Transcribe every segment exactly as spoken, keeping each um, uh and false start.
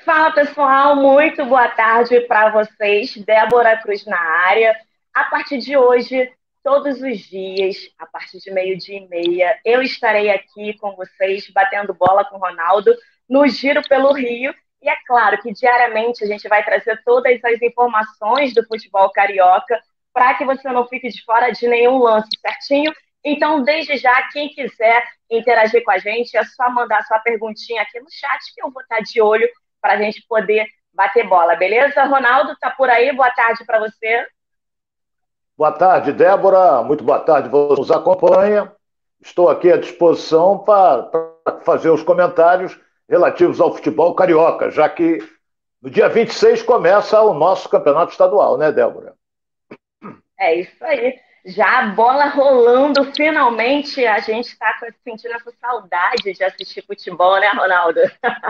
Fala pessoal, muito boa tarde para vocês. Débora Cruz na área. A partir de hoje, todos os dias, a partir de meio-dia e meia, eu estarei aqui com vocês, batendo bola com o Ronaldo, no Giro pelo Rio. E é claro que diariamente a gente vai trazer todas as informações do futebol carioca para que você não fique de fora de nenhum lance, certinho? Então, desde já, quem quiser interagir com a gente, é só mandar sua perguntinha aqui no chat que eu vou estar de olho para a gente poder bater bola, beleza? Ronaldo, tá por aí? Boa tarde para você. Boa tarde, Débora. Muito boa tarde. Você nos acompanha. Estou aqui à disposição para fazer os comentários relativos ao futebol carioca, já que no dia vinte e seis começa o nosso campeonato estadual, né, Débora? É isso aí. Já a bola rolando, finalmente a gente está sentindo essa saudade de assistir futebol, né, Ronaldo?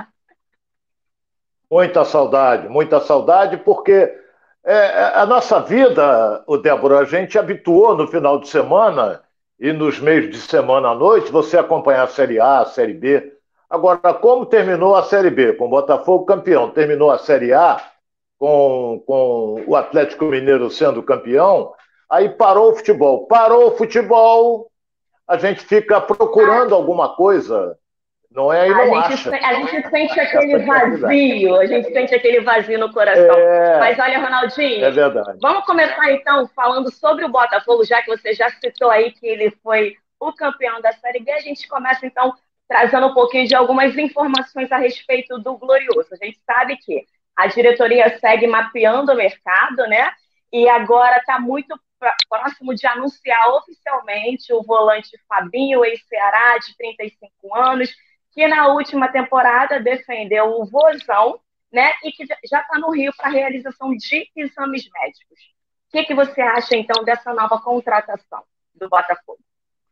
Muita saudade, muita saudade, porque é, é, a nossa vida, o Débora, a gente habituou no final de semana e nos meios de semana à noite você acompanhar a Série A, a Série B. Agora, como terminou a Série B? Com o Botafogo campeão, terminou a Série A com, com o Atlético Mineiro sendo campeão, aí parou o futebol. Parou o futebol, a gente fica procurando alguma coisa, não é? E A não gente, acha. a gente sente Essa aquele é a realidade. vazio, a gente sente aquele vazio no coração. É, Mas olha, é Ronaldinho, verdade. vamos começar então falando sobre o Botafogo, já que você já citou aí que ele foi o campeão da Série B. A gente começa então trazendo um pouquinho de algumas informações a respeito do Glorioso. A gente sabe que a diretoria segue mapeando o mercado, né? E agora está muito próximo de anunciar oficialmente o volante Fabinho, ex-Ceará, de trinta e cinco anos, que na última temporada defendeu o Vozão, né, e que já está no Rio para realização de exames médicos. O que, que você acha, então, dessa nova contratação do Botafogo?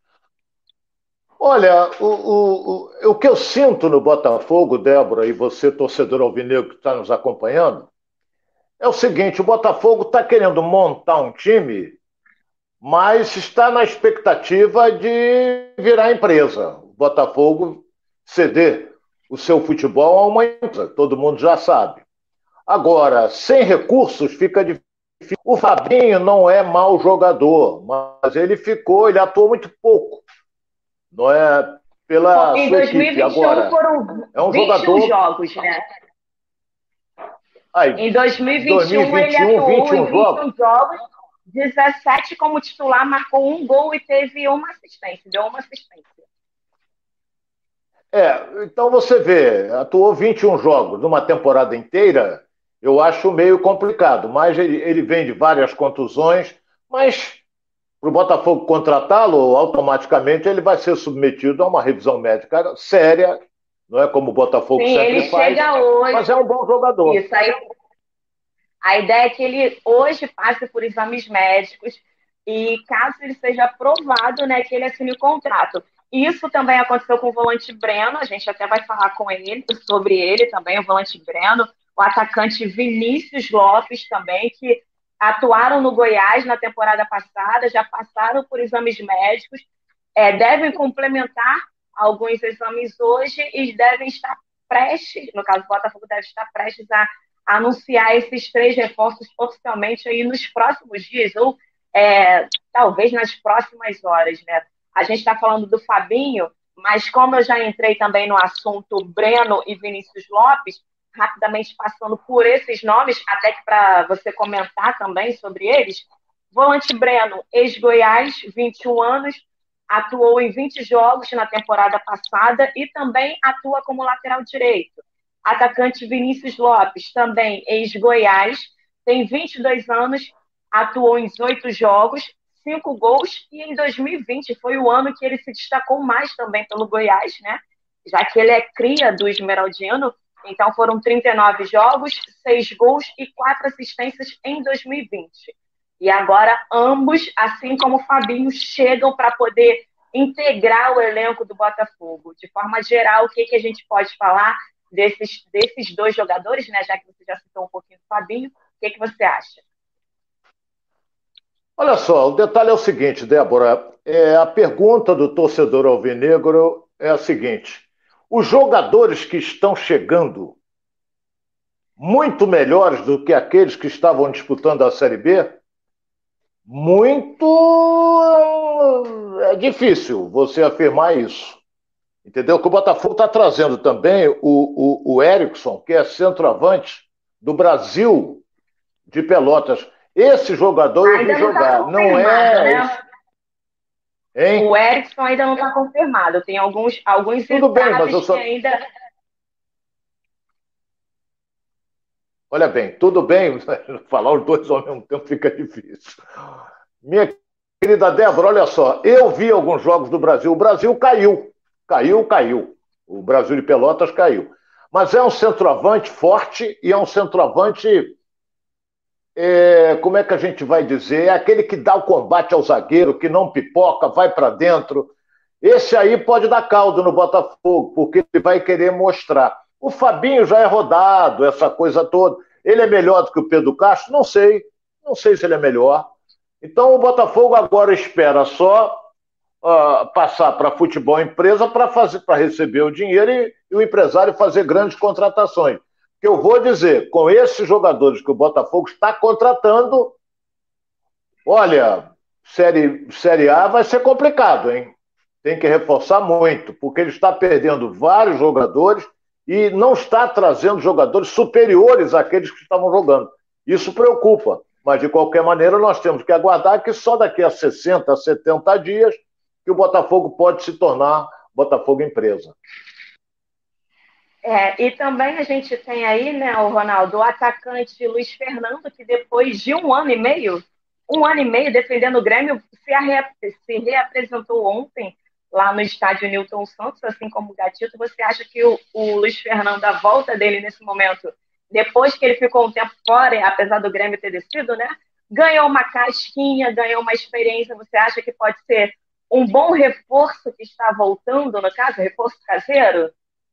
Olha, o, o, o, o que eu sinto no Botafogo, Débora, e você, torcedor alvinegro que está nos acompanhando, é o seguinte: o Botafogo está querendo montar um time, mas está na expectativa de virar empresa. O Botafogo ceder o seu futebol a uma empresa, todo mundo já sabe. Agora, sem recursos fica difícil. O Fabinho não é mau jogador, mas ele ficou, ele atuou muito pouco, não é, Bom, pela em sua equipe. dois mil e vinte e um Agora, foram é um vinte e um jogador. jogos, né? Aí, Em dois mil e vinte e um ele dois mil e vinte e um, atuou vinte e um em vinte e jogos. um jogos, dezessete como titular, marcou um gol e teve uma assistência, deu uma assistência. É, então você vê, atuou vinte e um jogos numa temporada inteira, eu acho meio complicado, mas ele, ele vem de várias contusões, mas para o Botafogo contratá-lo, automaticamente ele vai ser submetido a uma revisão médica séria, não é como o Sim, Botafogo ele sempre faz, chega hoje. mas é um bom jogador. Isso aí, a ideia é que ele hoje passe por exames médicos e, caso ele seja aprovado, né, que ele assine o contrato. Isso também aconteceu com o volante Breno, a gente até vai falar com ele sobre ele também, o volante Breno, o atacante Vinícius Lopes também, que atuaram no Goiás na temporada passada, já passaram por exames médicos, é, devem complementar alguns exames hoje e devem estar prestes, no caso, o Botafogo deve estar prestes a anunciar esses três reforços oficialmente aí nos próximos dias, ou é, talvez nas próximas horas, né? A gente está falando do Fabinho, mas como eu já entrei também no assunto Breno e Vinícius Lopes, rapidamente passando por esses nomes, até que para você comentar também sobre eles, volante Breno, ex-Goiás, vinte e um anos, atuou em vinte jogos na temporada passada e também atua como lateral direito. Atacante Vinícius Lopes, também ex-Goiás, tem vinte e dois anos, atuou em dezoito jogos, cinco gols, e em dois mil e vinte foi o ano que ele se destacou mais também pelo Goiás, né? Já que ele é cria do Esmeraldino, então foram trinta e nove jogos, seis gols e quatro assistências em dois mil e vinte. E agora ambos, assim como o Fabinho, chegam para poder integrar o elenco do Botafogo. De forma geral, o que, que a gente pode falar desses, desses dois jogadores, né? Já que você já citou um pouquinho do Fabinho, o que, que você acha? Olha só, o detalhe é o seguinte, Débora, é, a pergunta do torcedor alvinegro é a seguinte: os jogadores que estão chegando muito melhores do que aqueles que estavam disputando a Série B? Muito é difícil você afirmar isso. Entendeu? Que o Botafogo está trazendo também o, o, o Erickson, que é centroavante do Brasil de Pelotas. Esse jogador eu vi Ainda não está jogar. Não confirmado, é. né? O Hein? Erickson ainda não está confirmado. Tem alguns, alguns Tudo bem, mas eu entraves que só. ainda. Olha bem, tudo bem, falar os dois ao mesmo tempo fica difícil. Minha querida Débora, olha só, eu vi alguns jogos do Brasil. O Brasil caiu, caiu, caiu. O Brasil de Pelotas caiu. Mas é um centroavante forte e é um centroavante, é, como é que a gente vai dizer? É aquele que dá o combate ao zagueiro, que não pipoca, vai para dentro. Esse aí pode dar caldo no Botafogo, porque ele vai querer mostrar. O Fabinho já é rodado, essa coisa toda. Ele é melhor do que o Pedro Castro? Não sei. Não sei se ele é melhor. Então o Botafogo agora espera só uh, passar para futebol empresa para fazer, para receber o dinheiro e, e o empresário fazer grandes contratações. Que eu vou dizer, com esses jogadores que o Botafogo está contratando, olha, série, série A vai ser complicado, hein? Tem que reforçar muito, porque ele está perdendo vários jogadores e não está trazendo jogadores superiores àqueles que estavam jogando. Isso preocupa, mas de qualquer maneira nós temos que aguardar que só daqui a sessenta, setenta dias que o Botafogo pode se tornar Botafogo empresa. É, e também a gente tem aí, né, o Ronaldo, o atacante Luiz Fernando, que depois de um ano e meio, um ano e meio defendendo o Grêmio, se, arre, se reapresentou ontem lá no estádio Newton Santos, assim como o Gatito. Você acha que o, o Luiz Fernando, a volta dele nesse momento, depois que ele ficou um tempo fora, apesar do Grêmio ter descido, né, ganhou uma casquinha, ganhou uma experiência, você acha que pode ser um bom reforço que está voltando, no caso, reforço caseiro?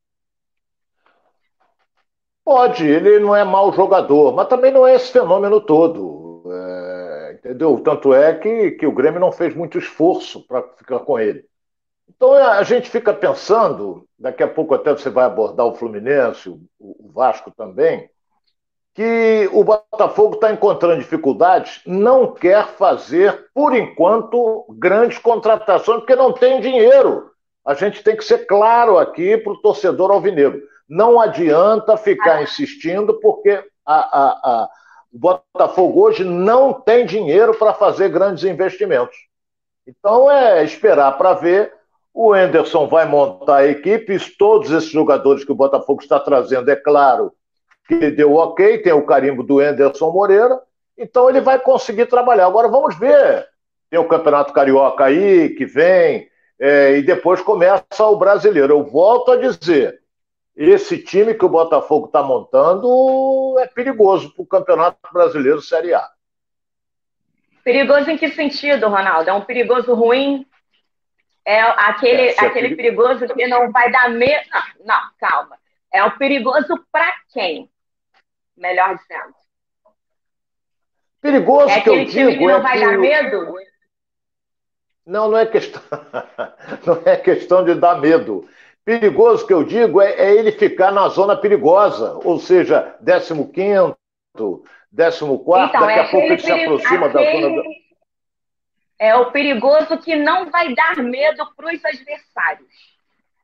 Pode, ele não é mau jogador, mas também não é esse fenômeno todo. É, entendeu? Tanto é que, que o Grêmio não fez muito esforço para ficar com ele. Então a gente fica pensando, daqui a pouco até você vai abordar o Fluminense, o, o Vasco também, que o Botafogo está encontrando dificuldades, não quer fazer, por enquanto, grandes contratações, porque não tem dinheiro. A gente tem que ser claro aqui para o torcedor alvinegro. Não adianta ficar insistindo, porque a, a, a, o Botafogo hoje não tem dinheiro para fazer grandes investimentos. Então é esperar para ver. O Anderson vai montar a equipe, todos esses jogadores que o Botafogo está trazendo, é claro, que ele deu ok, tem o carimbo do Anderson Moreira, então ele vai conseguir trabalhar. Agora vamos ver. Tem o Campeonato Carioca aí, que vem, é, e depois começa o Brasileiro. Eu volto a dizer, esse time que o Botafogo está montando é perigoso para o Campeonato Brasileiro Série A. Perigoso em que sentido, Ronaldo? É um perigoso ruim? É aquele, É, é aquele perigoso que não vai dar medo? Não, não, calma. É um perigoso para quem? Melhor dizendo. Perigoso É que eu aquele time que digo não é vai que... dar medo? Não, não é questão, não é questão de dar medo. Perigoso que eu digo é, é ele ficar na zona perigosa, ou seja, décimo quinto, décimo quarto, Então, daqui é a pouco aquele, ele se peri- aproxima da zona do... aquele é o perigoso que não vai dar medo para os adversários.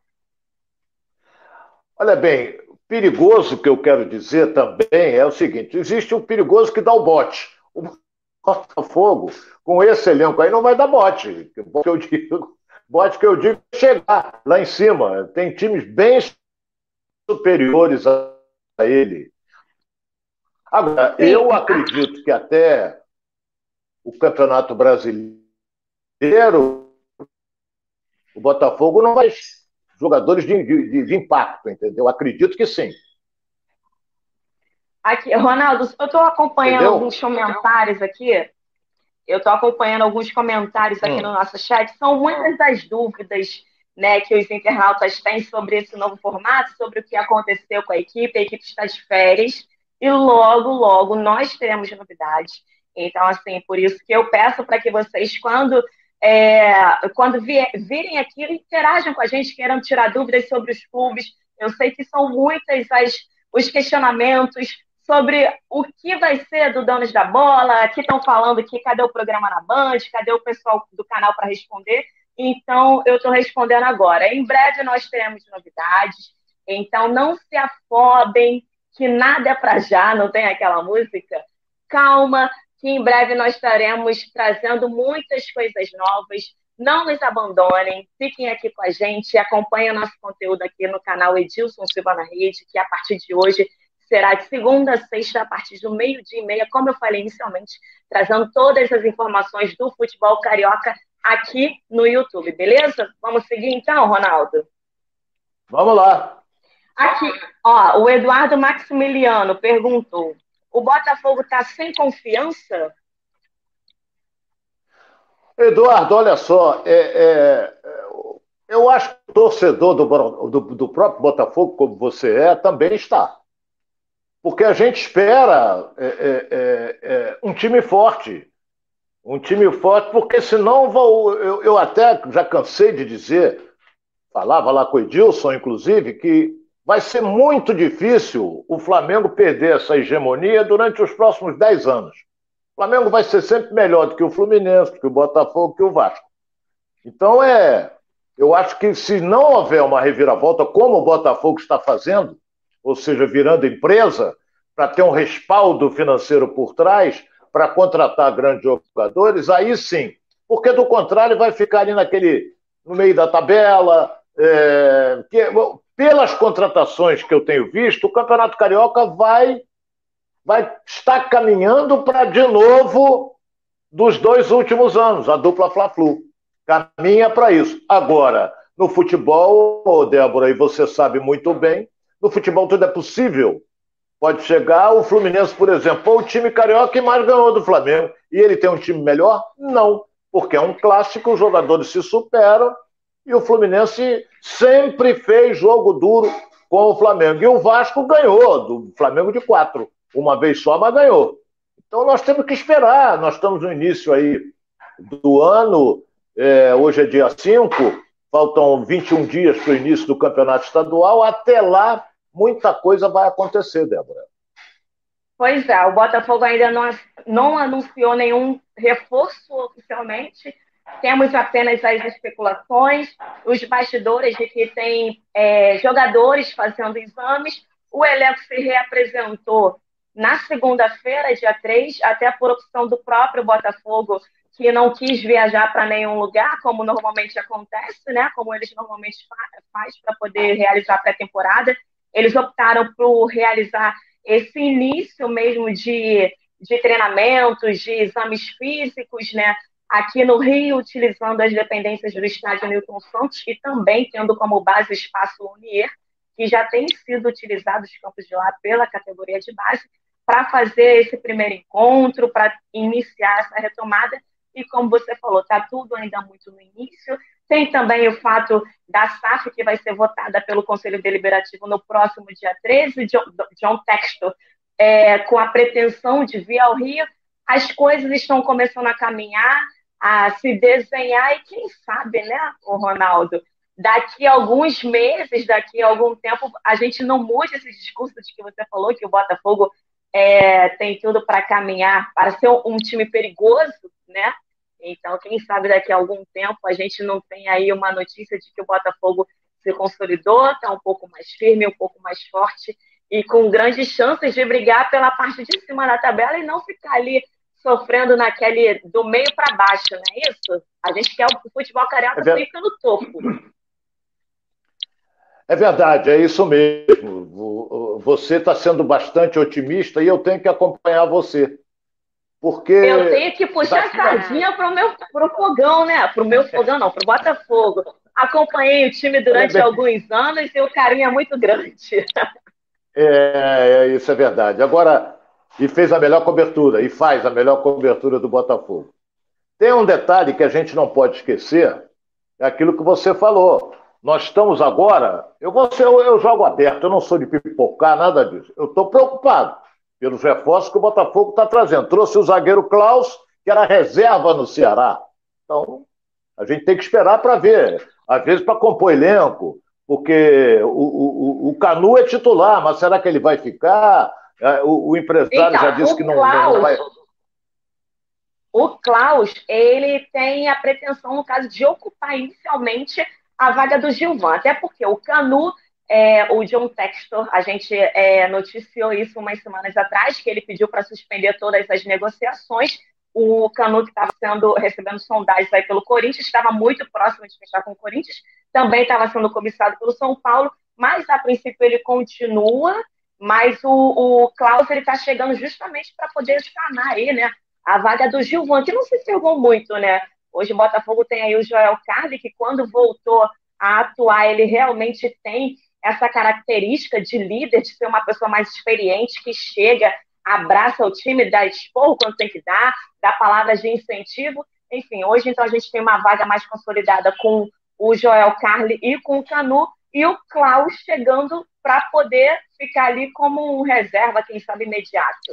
Olha bem, perigoso que eu quero dizer também é o seguinte: existe um perigoso que dá o bote. O Botafogo, com esse elenco aí, não vai dar bote. O que eu digo, bote que eu digo é chegar lá em cima. Tem times bem superiores a ele. Agora, Sim, eu acredito que até o Campeonato Brasileiro, o Botafogo não vai jogadores de, de, de impacto, entendeu? Acredito que sim. aqui, Ronaldo, eu estou acompanhando Entendeu? alguns comentários aqui. Eu estou acompanhando alguns comentários aqui no Hum. nosso chat. São muitas das dúvidas, né, que os internautas têm sobre esse novo formato, sobre o que aconteceu com a equipe. A equipe está de férias e logo, logo nós teremos novidades. Então, assim, por isso que eu peço para que vocês, quando, é, quando vier, virem aqui, interajam com a gente, queiram tirar dúvidas sobre os clubes. Eu sei que são muitas as, os questionamentos sobre o que vai ser do Donos da Bola, que estão falando que cadê o programa na Band, cadê o pessoal do canal para responder. Então, eu estou respondendo agora. Em breve nós teremos novidades, então não se afobem, que nada é para já, não tem aquela música? Calma, que em breve nós estaremos trazendo muitas coisas novas. Não nos abandonem, fiquem aqui com a gente, acompanhem o nosso conteúdo aqui no canal Edilson Silva na Rede, que a partir de hoje será de segunda a sexta, a partir do meio-dia e meia, como eu falei inicialmente, trazendo todas as informações do futebol carioca aqui no YouTube, beleza? Vamos seguir então, Ronaldo? Vamos lá. Aqui, ó, o Eduardo Maximiliano perguntou: o Botafogo está sem confiança? Eduardo, olha só, é, é, eu acho que o torcedor do, do, do próprio Botafogo, como você é, também está. Porque a gente espera é, é, é, um time forte. Um time forte, porque senão vou, eu, eu até já cansei de dizer, falava lá com o Edilson, inclusive, que vai ser muito difícil o Flamengo perder essa hegemonia durante os próximos dez anos. O Flamengo vai ser sempre melhor do que o Fluminense, do que o Botafogo, do que o Vasco. Então, é, eu acho que se não houver uma reviravolta, como o Botafogo está fazendo, ou seja, virando empresa, para ter um respaldo financeiro por trás, para contratar grandes jogadores, aí sim. Porque, do contrário, vai ficar ali naquele, no meio da tabela. É, que, pelas contratações que eu tenho visto, o Campeonato Carioca vai, vai estar caminhando para, de novo, dos dois últimos anos, a dupla Fla-Flu. Caminha para isso. Agora, no futebol, Débora, e você sabe muito bem, no futebol tudo é possível. Pode chegar o Fluminense, por exemplo, foi o time carioca que mais ganhou do Flamengo. E ele tem um time melhor? Não. Porque é um clássico, os jogadores se superam e o Fluminense sempre fez jogo duro com o Flamengo. E o Vasco ganhou do Flamengo de quatro. Uma vez só, mas ganhou. Então nós temos que esperar. Nós estamos no início aí do ano. É, hoje é dia cinco. Faltam vinte e um dias para o início do campeonato estadual. Até lá, muita coisa vai acontecer, Débora. Pois é, o Botafogo ainda não, não anunciou nenhum reforço oficialmente. Temos apenas as especulações, os bastidores de que tem é, jogadores fazendo exames. O elenco se reapresentou na segunda-feira, dia três, até por opção do próprio Botafogo, que não quis viajar para nenhum lugar, como normalmente acontece, né? Como eles normalmente fazem para poder realizar a pré-temporada. Eles optaram por realizar esse início mesmo de, de treinamentos, de exames físicos, né, aqui no Rio, utilizando as dependências do estádio Newton Santos e também tendo como base o Espaço Lunier, que já tem sido utilizado os campos de lá pela categoria de base, para fazer esse primeiro encontro, para iniciar essa retomada. E como você falou, está tudo ainda muito no início. Tem também o fato da S A F, que vai ser votada pelo Conselho Deliberativo no próximo dia treze, John, John Textor, é, com a pretensão de vir ao Rio. As coisas estão começando a caminhar, a se desenhar, e quem sabe, né, o Ronaldo, daqui a alguns meses, daqui a algum tempo, a gente não mude esse discurso de que você falou, que o Botafogo é, tem tudo para caminhar, para ser um, um time perigoso, né? Então, quem sabe daqui a algum tempo a gente não tem aí uma notícia de que o Botafogo se consolidou, está um pouco mais firme, um pouco mais forte e com grandes chances de brigar pela parte de cima da tabela e não ficar ali sofrendo naquele do meio para baixo, não é isso? A gente quer o futebol carioca é fica no topo. É verdade, é isso mesmo. Você está sendo bastante otimista e eu tenho que acompanhar você. Porque eu tenho que puxar a sardinha para o meu pro fogão, né? Para o meu fogão, não, para o Botafogo. Acompanhei o time durante bem... alguns anos e o carinho é muito grande. É, isso é verdade. Agora, e fez a melhor cobertura, e faz a melhor cobertura do Botafogo. Tem um detalhe que a gente não pode esquecer, é aquilo que você falou. Nós estamos agora, eu, vou ser, eu, eu jogo aberto, eu não sou de pipocar, nada disso. Eu estou preocupado pelos reforços que o Botafogo está trazendo. Trouxe o zagueiro Klaus, que era reserva no Ceará. Então, a gente tem que esperar para ver. Às vezes para compor elenco, porque o, o, o Canu é titular, mas será que ele vai ficar? É, O, o empresário já Então, disse que o não, não, não Klaus, vai. o Klaus, ele tem a pretensão, no caso, de ocupar inicialmente a vaga do Gilvan, até porque o Canu, é, o John Textor, a gente é, noticiou isso umas semanas atrás, que ele pediu para suspender todas as negociações. O Canu, que estava sendo recebendo sondagens aí pelo Corinthians, estava muito próximo de fechar com o Corinthians, também estava sendo cobiçado pelo São Paulo, mas a princípio ele continua, mas o, o Klaus ele está chegando justamente para poder sanar aí, né? A vaga do Gilvan, que não se firmou muito, né? Hoje o Botafogo tem aí o Joel Carli, que quando voltou a atuar, ele realmente tem essa característica de líder, de ser uma pessoa mais experiente, que chega, abraça o time, dá esporro quando tem que dar, dá palavras de incentivo. Enfim, hoje então a gente tem uma vaga mais consolidada com o Joel Carli e com o Canu, e o Klaus chegando para poder ficar ali como um reserva, quem sabe, imediato.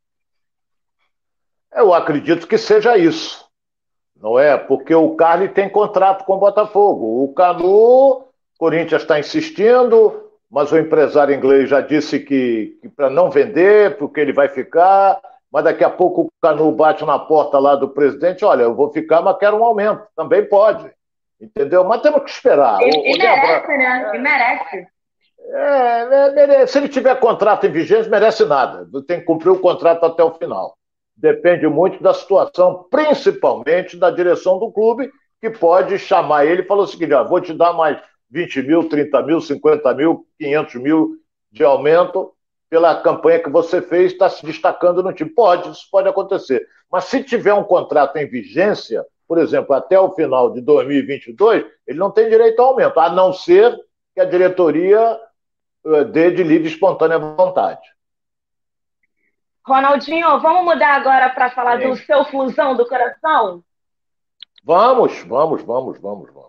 Eu acredito que seja isso, não é? Porque o Carly tem contrato com o Botafogo. O Canu, o Corinthians está insistindo, mas o empresário inglês já disse que, que para não vender, porque ele vai ficar. Mas daqui a pouco o Canu bate na porta lá do presidente: olha, eu vou ficar, mas quero um aumento. Também pode. Entendeu? Mas temos que esperar. E, O, e o Débora, merece, né? E merece. é, é, mere- se ele tiver contrato em vigência, merece nada. Tem que cumprir o contrato até o final. Depende muito da situação, principalmente da direção do clube, que pode chamar ele e falar o seguinte: ó, vou te dar mais vinte mil, trinta mil, cinquenta mil, quinhentos mil de aumento pela campanha que você fez, está se destacando no time. Pode, isso pode acontecer. Mas se tiver um contrato em vigência, por exemplo, até o final de dois mil e vinte e dois, ele não tem direito a aumento, a não ser que a diretoria dê de livre e espontânea vontade. Ronaldinho, vamos mudar agora para falar do Sim. seu fusão do coração? Vamos, vamos, vamos, vamos, vamos.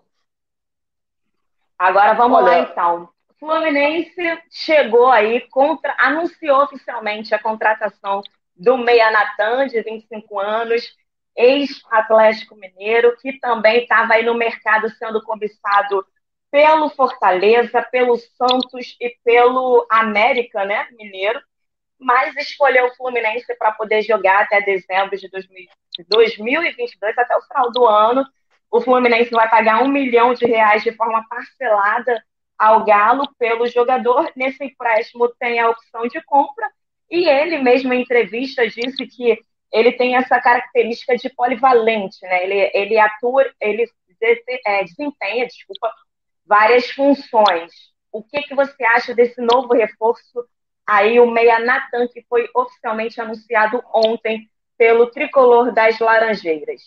Agora vamos lá Olha, então. Fluminense chegou aí, contra, anunciou oficialmente a contratação do Meia Natan, de vinte e cinco anos, ex-Atlético Mineiro, que também estava aí no mercado sendo cobiçado pelo Fortaleza, pelo Santos e pelo América, né, Mineiro, mas escolheu o Fluminense para poder jogar até dezembro de dois mil e vinte e dois, até o final do ano. O Fluminense vai pagar um milhão de reais de forma parcelada ao Galo pelo jogador. Nesse empréstimo tem a opção de compra, e ele mesmo em entrevista disse que ele tem essa característica de polivalente, né? Ele, ele atua, ele é, desempenha, desculpa, várias funções. O que, que você acha desse novo reforço aí, o Meia Natan, que foi oficialmente anunciado ontem pelo tricolor das Laranjeiras?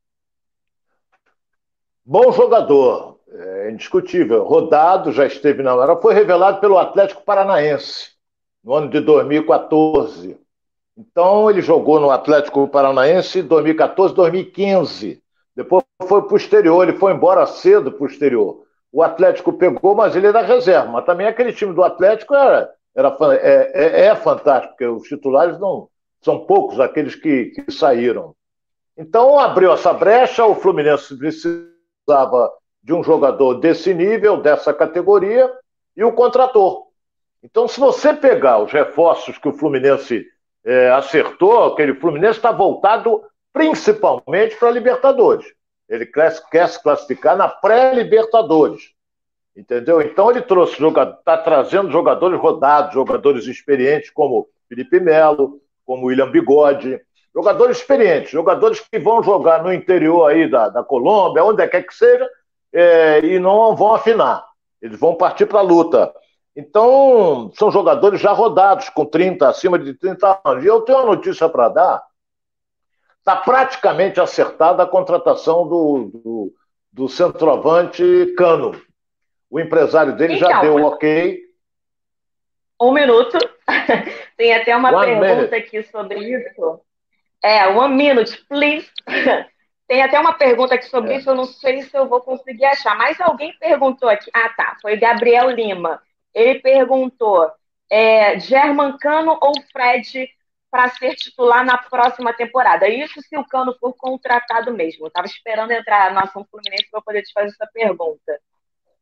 bom jogador, é indiscutível. Rodado, já esteve na hora. Foi revelado pelo Atlético Paranaense no ano de dois mil e quatorze. Então, ele jogou no Atlético Paranaense em dois mil e quatorze, dois mil e quinze. Depois foi para o exterior, ele foi embora cedo para o exterior. O Atlético pegou, mas ele era reserva. Mas também aquele time do Atlético era, era, é, é, é fantástico, porque os titulares não são poucos aqueles que, que saíram. Então, abriu essa brecha, o Fluminense precisava de um jogador desse nível, dessa categoria, e o contratou. Então, se você pegar os reforços que o Fluminense é, acertou, aquele Fluminense está voltado principalmente para a Libertadores. Ele quer, quer se classificar na pré-Libertadores. Entendeu? Então ele trouxe, está trazendo jogadores rodados, jogadores experientes, como Felipe Melo, como William Bigode, jogadores experientes, jogadores que vão jogar no interior aí da, da Colômbia, onde quer que seja, é, e não vão afinar. Eles vão partir para a luta. Então, são jogadores já rodados, com trinta, acima de trinta anos. E eu tenho uma notícia para dar. Está praticamente acertada a contratação do, do, do centroavante Cano. O empresário dele já Então, deu o ok. um minuto. Tem até uma One pergunta minute. aqui sobre isso. É, one minute, please. Tem até uma pergunta aqui sobre É. isso, eu não sei se eu vou conseguir achar, mas alguém perguntou aqui. Ah, tá, foi Gabriel Lima. Ele perguntou: é, German Cano ou Fred para ser titular na próxima temporada? Isso se o Cano for contratado mesmo. Eu estava esperando entrar no assunto Fluminense para poder te fazer essa pergunta.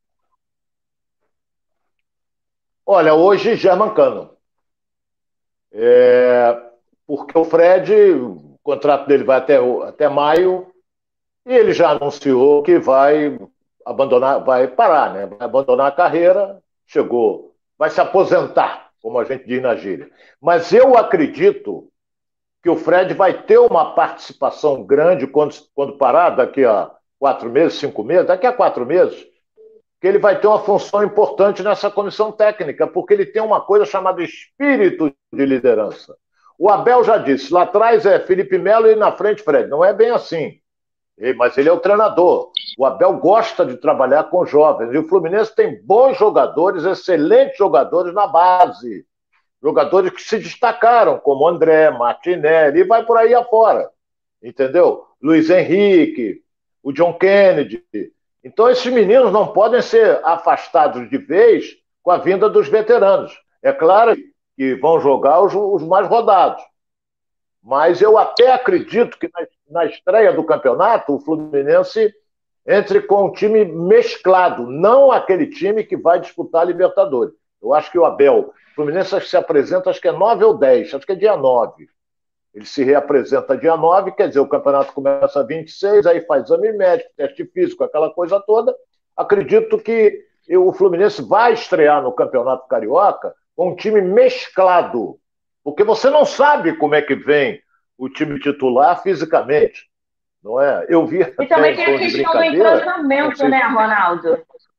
Olha, hoje German Cano. É, porque o Fred, o contrato dele vai até, até maio, e ele já anunciou que vai abandonar, vai parar, né? Vai abandonar a carreira, chegou, vai se aposentar, como a gente diz na gíria. Mas eu acredito que o Fred vai ter uma participação grande quando, quando parar, daqui a quatro meses, cinco meses, daqui a quatro meses, que ele vai ter uma função importante nessa comissão técnica, porque ele tem uma coisa chamada espírito de liderança. O Abel já disse, lá atrás é Felipe Melo e na frente Fred. Não é bem assim. Mas ele é o treinador. O Abel gosta de trabalhar com jovens. E o Fluminense tem bons jogadores, excelentes jogadores na base. Jogadores que se destacaram, como André, Martinelli, e vai por aí afora. Entendeu? Luiz Henrique, o John Kennedy. Então, esses meninos não podem ser afastados de vez com a vinda dos veteranos. É claro que vão jogar os, os mais rodados. Mas eu até acredito que na, na estreia do campeonato, o Fluminense entre com um time mesclado, não aquele time que vai disputar a Libertadores. Eu acho que o Abel, o Fluminense acho que se apresenta, acho que é nove ou dez, acho que é dia nove. Ele se reapresenta dia nove, quer dizer, o campeonato começa vinte e seis, aí faz exame médico, teste físico, aquela coisa toda. Acredito que o Fluminense vai estrear no Campeonato Carioca com um time mesclado, porque você não sabe como é que vem o time titular fisicamente, não é? Eu vi e também tem a questão do entrosamento, né, Ronaldo?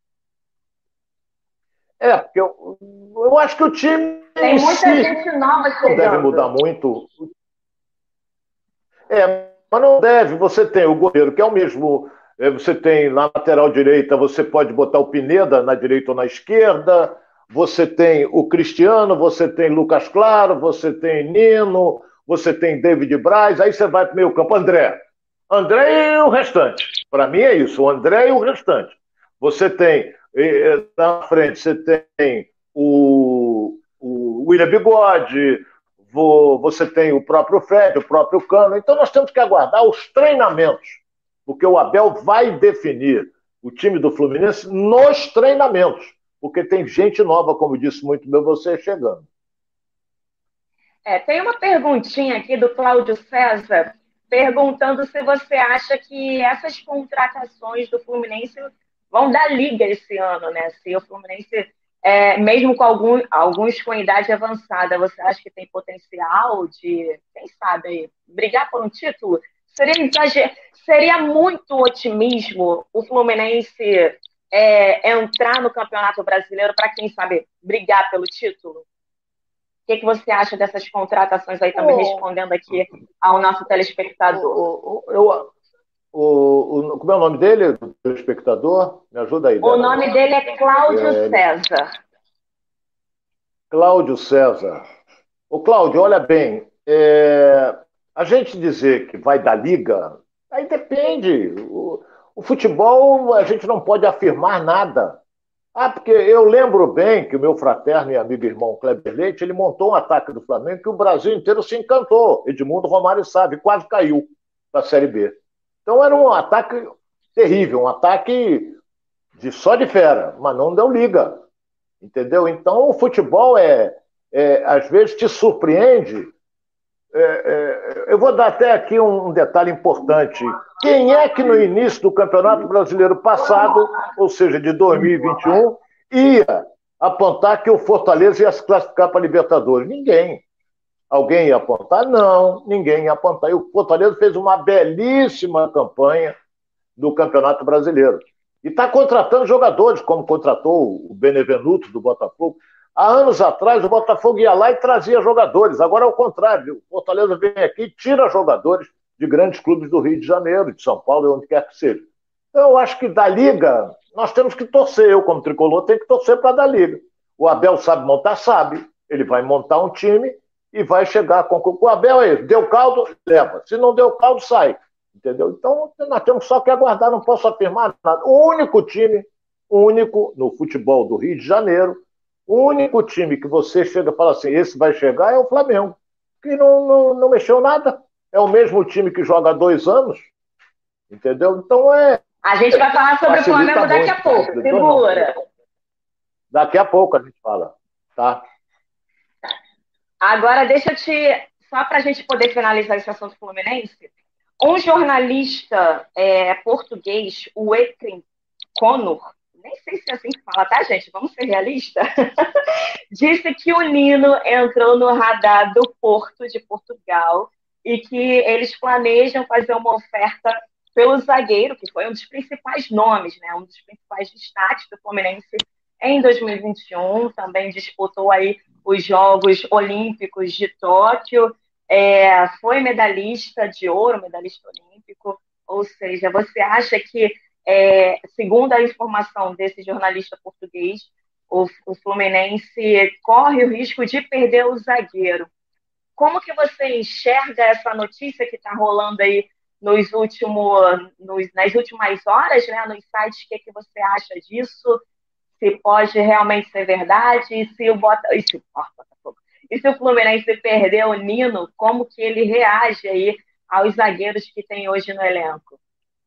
É, porque eu, eu acho que o time tem muita si gente nova chegando. Não deve mudar muito. É, mas não deve. Você tem o goleiro, que é o mesmo. Você tem na lateral direita, você pode botar o Pineda na direita ou na esquerda. Você tem o Cristiano, você tem Lucas Claro, você tem Nino, você tem David Braz. Aí você vai para o meio campo, André. André e o restante. Para mim é isso, o André e o restante. Você tem, na frente, você tem o, o William Bigode, você tem o próprio Fred, o próprio Cano. Então nós temos que aguardar os treinamentos, porque o Abel vai definir o time do Fluminense nos treinamentos, porque tem gente nova, como disse muito bem você, chegando. É, tem uma perguntinha aqui do Cláudio César, perguntando se você acha que essas contratações do Fluminense vão dar liga esse ano, né? Se o Fluminense, é, mesmo com algum, alguns com idade avançada, você acha que tem potencial de, quem sabe, aí, brigar por um título? Seria, exager... Seria muito otimismo o Fluminense é, entrar no Campeonato Brasileiro para, quem sabe, brigar pelo título? O que, que você acha dessas contratações aí, também oh. respondendo aqui ao nosso telespectador? Oh, oh, eu, o, o, como é o nome dele, o telespectador? Me ajuda aí. O Débora. Nome dele é Cláudio é, César. Cláudio César. Ô, Cláudio, olha bem, é, a gente dizer que vai dar liga, aí depende. O, o futebol, a gente não pode afirmar nada. Ah, porque eu lembro bem que o meu fraterno e amigo irmão Kleber Leite, ele montou um ataque do Flamengo que o Brasil inteiro se encantou. Edmundo Romário sabe, quase caiu para a Série B. Então era um ataque terrível, um ataque de só de fera, mas não deu liga. Entendeu? Então o futebol é, é às vezes te surpreende. É, é, eu vou dar até aqui um, um detalhe importante. Quem é que no início do Campeonato Brasileiro passado, ou seja, de dois mil e vinte e um, ia apontar que o Fortaleza ia se classificar para a Libertadores? Ninguém. Alguém ia apontar? Não, ninguém ia apontar. E o Fortaleza fez uma belíssima campanha no Campeonato Brasileiro. E está contratando jogadores, como contratou o Benevenuto do Botafogo. Há anos atrás, o Botafogo ia lá e trazia jogadores. Agora é o contrário. O Fortaleza vem aqui e tira jogadores de grandes clubes do Rio de Janeiro, de São Paulo, onde quer que seja. Então, eu acho que da Liga, nós temos que torcer. Eu, como tricolor, tenho que torcer para dar Liga. O Abel sabe montar? Sabe. Ele vai montar um time e vai chegar a concluir. O Abel é isso. Deu caldo, leva. Se não deu caldo, sai. Entendeu? Então, nós temos só que aguardar. Não posso afirmar nada. O único time, o único no futebol do Rio de Janeiro, o único time que você chega e fala assim, esse vai chegar é o Flamengo, que não, não, não mexeu nada. É o mesmo time que joga há dois anos, entendeu? Então é... A gente vai falar sobre o Flamengo daqui muito, a pouco, tá? Segura. Daqui a pouco a gente fala, tá? Agora, deixa eu te. Só para a gente poder finalizar esse assunto fluminense, um jornalista é, português, o Ekren Conor, nem sei se é assim que fala, tá, gente? Vamos ser realistas? Disse que o Nino entrou no radar do Porto de Portugal e que eles planejam fazer uma oferta pelo zagueiro, que foi um dos principais nomes, né? Um dos principais destaques do Fluminense em dois mil e vinte e um, também disputou aí os Jogos Olímpicos de Tóquio, é, foi medalhista de ouro, medalhista olímpico, ou seja, você acha que, é, segundo a informação desse jornalista português, o, o Fluminense corre o risco de perder o zagueiro? Como que você enxerga essa notícia que está rolando aí nos últimos, nos, nas últimas horas, né, nos sites? O que, que você acha disso? Se pode realmente ser verdade? E se o, Bota, e se, oh, Botafogo, e se o Fluminense perder o Nino, como que ele reage aí aos zagueiros que tem hoje no elenco?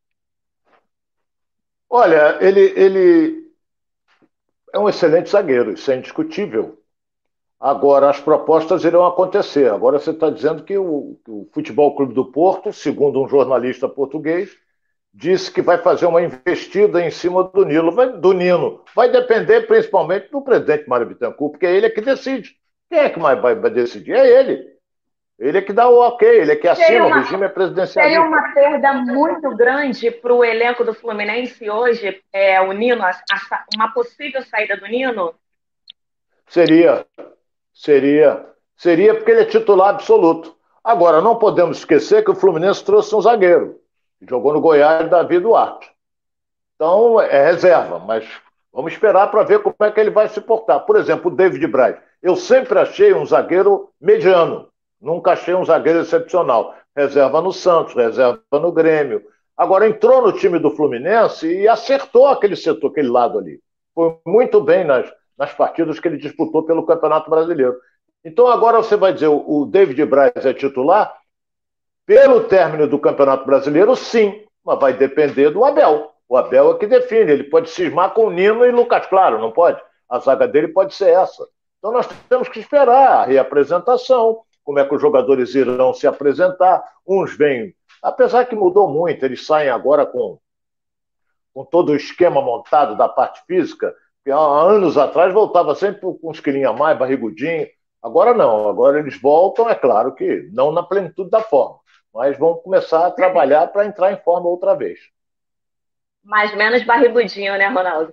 Olha, ele, ele é um excelente zagueiro, isso é indiscutível. Agora, as propostas irão acontecer. Agora, você está dizendo que o, que o Futebol Clube do Porto, segundo um jornalista português, disse que vai fazer uma investida em cima do Nilo, vai, do Nino. Vai depender principalmente do presidente Mário Bittencourt, porque é ele é que decide. Quem é que vai, vai, vai decidir? É ele. Ele é que dá o ok, ele é que Seria assina, o uma, regime é seria presidencialista. uma perda muito grande para o elenco do Fluminense hoje, é, o Nino, a, a, uma possível saída do Nino? Seria, seria, seria porque ele é titular absoluto. Agora, não podemos esquecer que o Fluminense trouxe um zagueiro, jogou no Goiás, Davi Duarte. Então, é reserva, mas vamos esperar para ver como é que ele vai se portar. Por exemplo, o David Braz. Eu sempre achei um zagueiro mediano, nunca achei um zagueiro excepcional. Reserva no Santos, reserva no Grêmio. Agora entrou no time do Fluminense e acertou aquele setor, aquele lado ali. Foi muito bem nas, nas partidas que ele disputou pelo Campeonato Brasileiro. Então agora você vai dizer, o David Braz é titular? Pelo término do Campeonato Brasileiro, sim, mas vai depender do Abel. O Abel é que define. Ele pode cismar com o Nino e Lucas Claro, não pode? A zaga dele pode ser essa. Então nós temos que esperar a reapresentação, como é que os jogadores irão se apresentar. Uns vêm, apesar que mudou muito, eles saem agora com, com todo o esquema montado da parte física, que há anos atrás voltava sempre com uns quilinhos a mais, barrigudinho. Agora não, agora eles voltam, é claro que não na plenitude da forma, mas vão começar a trabalhar para entrar em forma outra vez. Mais menos barrigudinho, né, Ronaldo?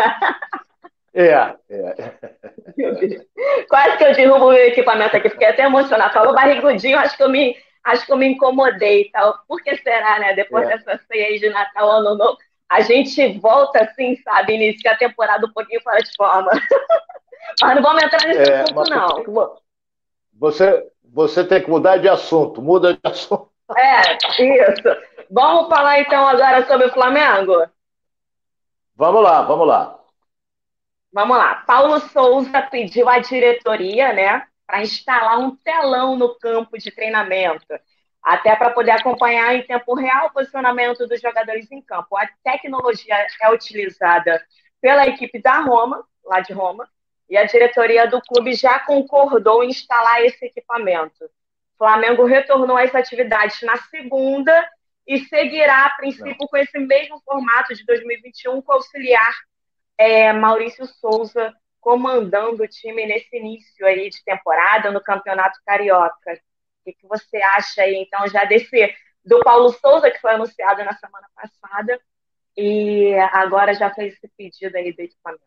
É, é. Meu Deus. Quase que eu derrubo o meu equipamento aqui, fiquei até emocionada. Falou barrigudinho, acho que eu me, acho que eu me incomodei e tal. Por que será, né? Depois é. dessa ceia aí de Natal, Ano Novo, a gente volta assim, sabe? Inicia a temporada um pouquinho fora de forma. Mas não vamos entrar nesse É, assunto, mas não. você, você tem que mudar de assunto, muda de assunto. É, isso. Vamos falar então agora sobre o Flamengo? Vamos lá, vamos lá. Vamos lá. Paulo Souza pediu à diretoria, né, para instalar um telão no campo de treinamento, até para poder acompanhar em tempo real o posicionamento dos jogadores em campo. A tecnologia é utilizada pela equipe da Roma, lá de Roma, e a diretoria do clube já concordou em instalar esse equipamento. O Flamengo retornou às atividades na segunda e seguirá, a Não. princípio, com esse mesmo formato de dois mil e vinte e um, com auxiliar é, Maurício Souza comandando o time nesse início aí de temporada no Campeonato Carioca. O que, que você acha aí, então, já desse do Paulo Souza, que foi anunciado na semana passada, e agora já fez esse pedido aí do equipamento?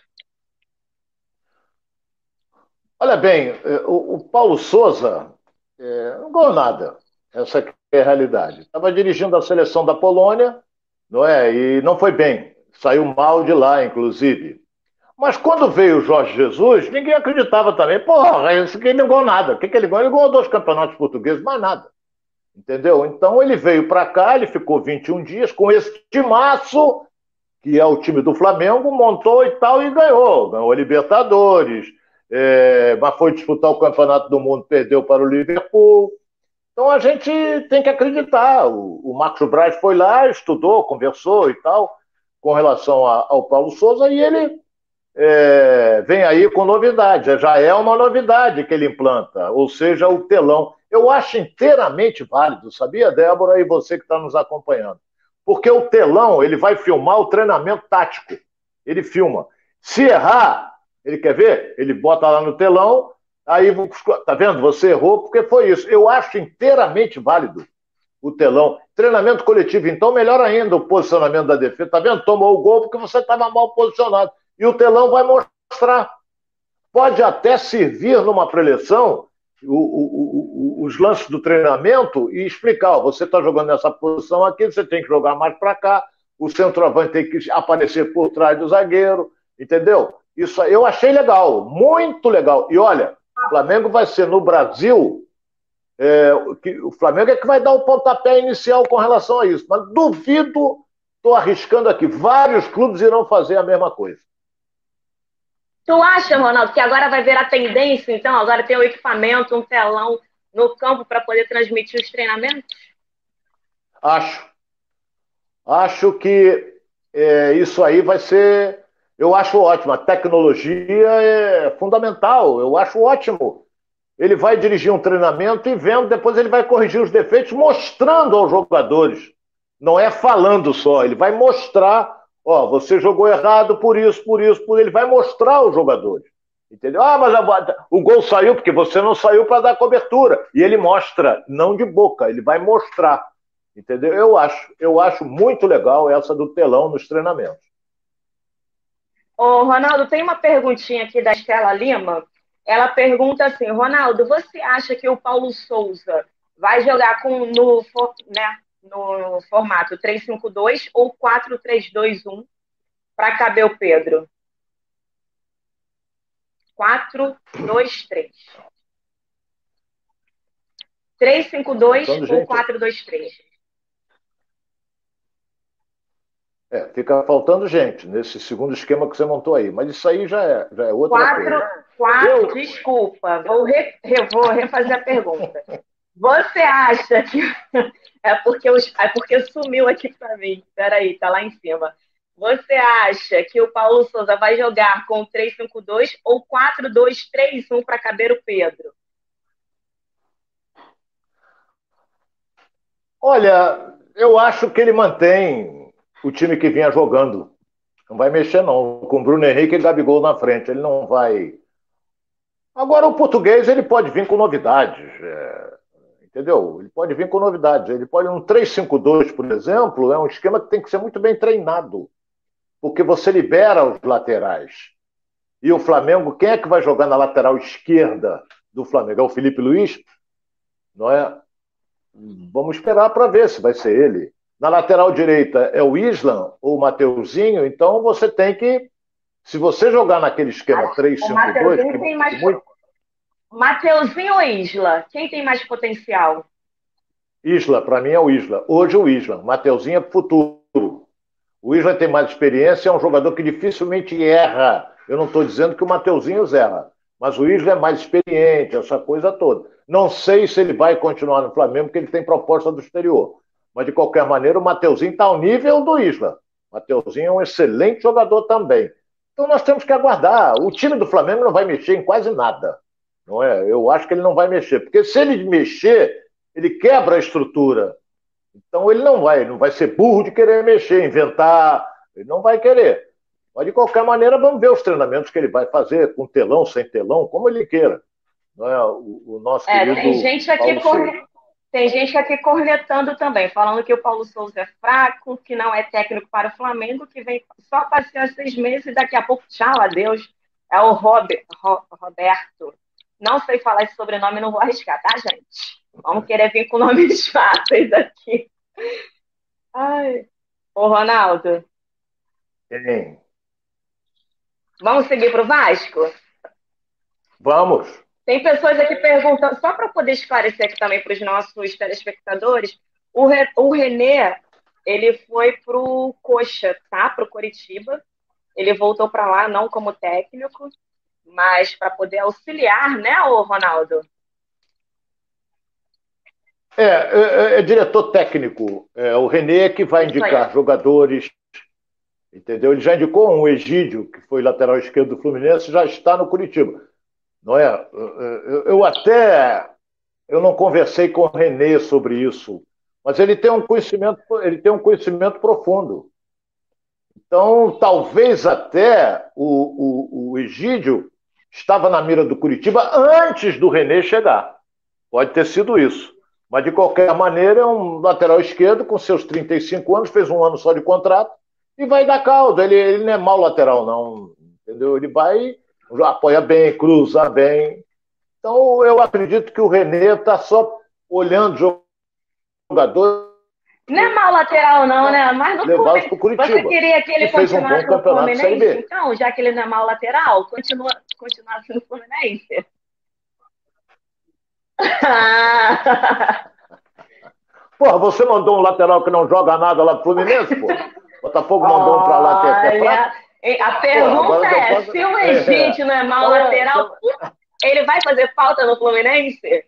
Olha bem, é, o, o Paulo Souza é, não ganhou nada. Essa aqui é a realidade. Estava dirigindo a seleção da Polônia, não é? E não foi bem. Saiu mal de lá, inclusive. Mas quando veio o Jorge Jesus, ninguém acreditava também. Porra, esse aqui não ganhou nada. O que, que ele ganhou? Ele ganhou dois campeonatos portugueses, mais nada. Entendeu? Então ele veio para cá, ele ficou vinte e um dias com esse timaço, que é o time do Flamengo, montou e tal, e ganhou. Ganhou a Libertadores, é, mas foi disputar o Campeonato do Mundo, perdeu para o Liverpool. Então a gente tem que acreditar. O, o Marcos Braz foi lá, estudou, conversou e tal, com relação a, ao Paulo Souza, e ele é, vem aí com novidade. Já é uma novidade que ele implanta, ou seja, o telão. Eu acho inteiramente válido, sabia, Débora, e você que está nos acompanhando? Porque o telão, ele vai filmar o treinamento tático. Ele filma. Se errar, ele quer ver? Ele bota lá no telão, aí, tá vendo? Você errou porque foi isso. Eu acho inteiramente válido o telão. Treinamento coletivo, então, melhor ainda o posicionamento da defesa. Tá vendo? Tomou o gol porque você estava mal posicionado. E o telão vai mostrar. Pode até servir numa preleção o, o, o, os lances do treinamento e explicar: ó, você está jogando nessa posição aqui, você tem que jogar mais para cá, o centroavante tem que aparecer por trás do zagueiro, entendeu? Isso aí eu achei legal, muito legal. E olha, o Flamengo vai ser no Brasil, é, que, o Flamengo é que vai dar o pontapé inicial com relação a isso. Mas duvido, estou arriscando aqui, vários clubes irão fazer a mesma coisa. Tu acha, Ronaldo, que agora vai virar tendência, então? Agora tem um equipamento, um telão no campo para poder transmitir os treinamentos? Acho. Acho que é, isso aí vai ser. Eu acho ótimo. A tecnologia é fundamental. Eu acho ótimo. Ele vai dirigir um treinamento e vendo, depois ele vai corrigir os defeitos, mostrando aos jogadores. Não é falando só, ele vai mostrar, ó, você jogou errado por isso, por isso, por isso. Ele vai mostrar aos jogadores. Entendeu? Ah, mas a, o gol saiu porque você não saiu para dar cobertura. E ele mostra, não de boca, ele vai mostrar. Entendeu? Eu acho, eu acho muito legal essa do telão nos treinamentos. Ô, Ronaldo, tem uma perguntinha aqui da Estela Lima. Ela pergunta assim: Ronaldo, você acha que o Paulo Souza vai jogar com, no, né, no formato três cinco dois ou quatro três dois um para caber o Pedro? quatro dois três. três cinco dois ou quatro dois três? É, fica faltando gente nesse segundo esquema que você montou aí. Mas isso aí já é, já é outra quatro, coisa. Quatro, Eu... Desculpa, vou, re, vou refazer a pergunta. Você acha que... É porque, eu, é porque sumiu aqui para mim. Peraí, tá lá em cima. Você acha que o Paulo Souza vai jogar com três cinco dois ou quatro dois três um para caber o Pedro? Olha, eu acho que ele mantém o time que vinha jogando. Não vai mexer, não. Com Bruno Henrique e Gabigol na frente. Ele não vai. Agora, o português ele pode vir com novidades. É... Entendeu? Ele pode vir com novidades. Ele pode. Um três cinco dois, por exemplo, é um esquema que tem que ser muito bem treinado. Porque você libera os laterais. E o Flamengo, quem é que vai jogar na lateral esquerda do Flamengo? É o Felipe Luiz? Não é? Vamos esperar para ver se vai ser ele. Na lateral direita é o Isla ou o Mateuzinho, então você tem que, se você jogar naquele esquema três cinco dois... O tem mais... Muito... Mateuzinho ou Isla? Quem tem mais potencial? Isla, para mim é o Isla. Hoje o Isla. Mateuzinho é pro futuro. O Isla tem mais experiência, é um jogador que dificilmente erra. Eu não estou dizendo que o Mateuzinho erra, mas o Isla é mais experiente, essa coisa toda. Não sei se ele vai continuar no Flamengo, porque ele tem proposta do exterior. Mas, de qualquer maneira, o Mateuzinho está ao nível do Isla. O Mateuzinho é um excelente jogador também. Então, nós temos que aguardar. O time do Flamengo não vai mexer em quase nada. Não é? Eu acho que ele não vai mexer. Porque se ele mexer, ele quebra a estrutura. Então, ele não vai, não vai ser burro de querer mexer, inventar. Ele não vai querer. Mas, de qualquer maneira, vamos ver os treinamentos que ele vai fazer, com telão, sem telão, como ele queira. Não é? o, o nosso é, querido tem gente aqui corre... Tem gente aqui cornetando também, falando que o Paulo Souza é fraco, que não é técnico para o Flamengo, que vem só passear seis meses e daqui a pouco, tchau, adeus. É o Robert, Roberto. Não sei falar esse sobrenome, não vou arriscar, tá, gente? Vamos querer vir com nomes fáceis aqui. Ai. Ô, Ronaldo. Sim. Vamos seguir para o Vasco? Vamos. Tem pessoas aqui perguntando, só para poder esclarecer aqui também para os nossos telespectadores, o, Re, o René, ele foi para o Coxa, tá? Para o Coritiba. Ele voltou para lá, não como técnico, mas para poder auxiliar, né, ô Ronaldo? É, é, é diretor técnico. É, o René que vai indicar jogadores, Entendeu? Ele já indicou um Egídio, que foi lateral esquerdo do Fluminense, já está no Curitiba. Não é? Eu, eu até eu não conversei com o Renê sobre isso, mas ele tem um conhecimento, ele tem um conhecimento profundo. Então, talvez até o, o, o Egídio estava na mira do Curitiba antes do Renê chegar. Pode ter sido isso. Mas, de qualquer maneira, é um lateral esquerdo com seus trinta e cinco anos, fez um ano só de contrato e vai dar caldo. Ele, ele não é mau lateral, não. Entendeu? Ele vai, apoia bem, cruza bem. Então, eu acredito que o Renê está só olhando jogadores. Não é mau lateral, não, né? Mas no Levá-los clube, para o Curitiba. você queria que ele Que fez um bom continuasse no campeonato de Série Fluminense? B. Então, já que ele não é mau lateral, continua, continuasse no Fluminense. Porra, você mandou um lateral que não joga nada lá pro Fluminense, pô? Botafogo mandou um pra lá que é fraco? A pergunta Porra, é, posso... se o Egídio é, não é mau é, lateral, é... ele vai fazer falta no Fluminense?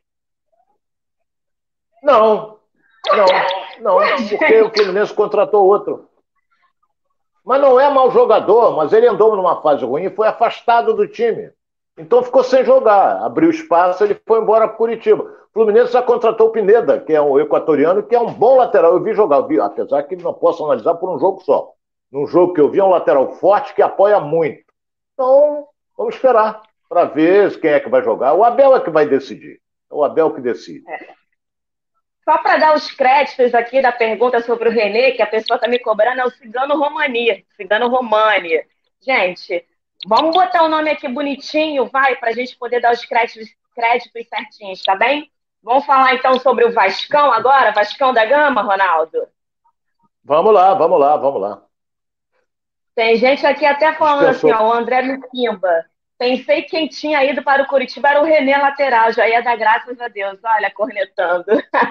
Não, não, não, porque o Fluminense contratou outro. Mas não é mau jogador, mas ele andou numa fase ruim e foi afastado do time. Então ficou sem jogar. Abriu espaço, ele foi embora para Curitiba. O Fluminense já contratou o Pineda, que é um equatoriano, que é um bom lateral. Eu vi jogar, eu vi, apesar que não posso analisar por um jogo só. Num jogo que eu vi, é um lateral forte que apoia muito. Então, vamos esperar para ver quem é que vai jogar. O Abel é que vai decidir. É o Abel que decide. É. Só para dar os créditos aqui da pergunta sobre o Renê, que a pessoa está me cobrando, é o Cigano Romani. Cigano Romani. Gente, vamos botar o nome aqui bonitinho, vai, para a gente poder dar os créditos, créditos certinhos, tá bem? Vamos falar então sobre o Vascão agora? Vascão da Gama, Ronaldo? Vamos lá, vamos lá, vamos lá. Tem gente aqui até falando Dispensou. assim, ó, o André Luquimba. Pensei que quem tinha ido para o Curitiba era o Renê lateral, já ia dar graças a Deus. Olha, cornetando.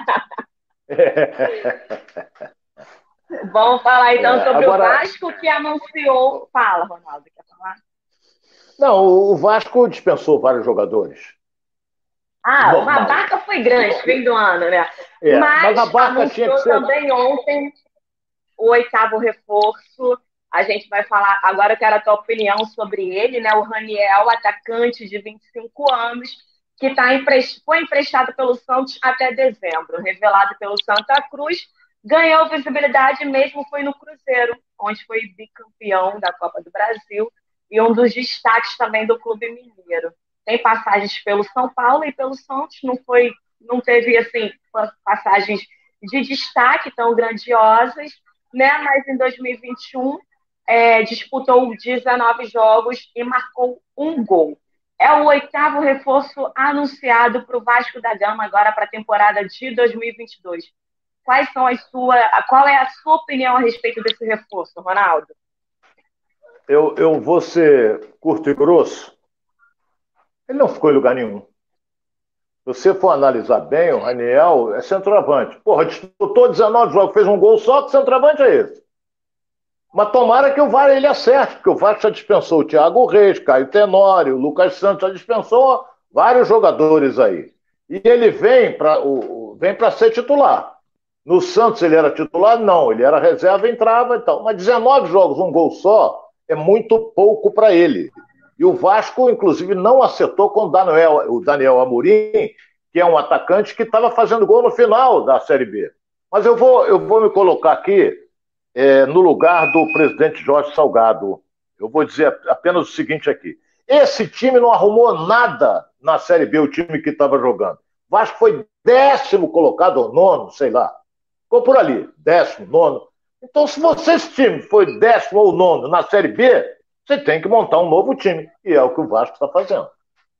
Vamos falar então é, sobre agora... o Vasco que anunciou. Fala, Ronaldo, quer falar? Não, o Vasco dispensou vários jogadores. Ah, Normal. Uma barca foi grande, fim do ano, né? É, mas, mas a barca anunciou tinha que ser... também ontem o oitavo reforço. A gente vai falar, agora eu quero a tua opinião sobre ele, né? O Raniel, atacante de vinte e cinco anos, que tá emprest... foi emprestado pelo Santos até dezembro, revelado pelo Santa Cruz, ganhou visibilidade mesmo, foi no Cruzeiro, onde foi bicampeão da Copa do Brasil e um dos destaques também do clube mineiro. Tem passagens pelo São Paulo e pelo Santos, não foi, não teve assim passagens de destaque tão grandiosas, né? Mas em dois mil e vinte e um É, disputou dezenove jogos e marcou um gol. É o oitavo reforço anunciado para o Vasco da Gama agora para a temporada de dois mil e vinte e dois. Quais são as suas, qual é a sua opinião a respeito desse reforço, Ronaldo? Eu, eu vou ser curto e grosso. Ele não ficou em lugar nenhum. Se você for analisar bem, o Raniel é centroavante. Porra, disputou dezenove jogos, fez um gol só, que centroavante é esse? Mas tomara que o V A R ele acerte, porque o V A R já dispensou o Thiago Reis, Caio Tenório, o Lucas Santos, já dispensou vários jogadores aí. E ele vem para vem para ser titular. No Santos ele era titular? Não, ele era reserva, entrava e tal. Mas dezenove jogos, um gol só, é muito pouco para ele. E o Vasco, inclusive, não acertou com o Daniel, o Daniel Amorim, que é um atacante que estava fazendo gol no final da Série B. Mas eu vou, eu vou me colocar aqui É, no lugar do presidente Jorge Salgado. Eu vou dizer apenas o seguinte aqui. Esse time não arrumou nada na Série B, o time que estava jogando. Vasco foi décimo colocado, ou nono, sei lá. Ficou por ali, décimo, nono. Então, se você, esse time foi décimo ou nono na Série B, você tem que montar um novo time. E é o que o Vasco está fazendo.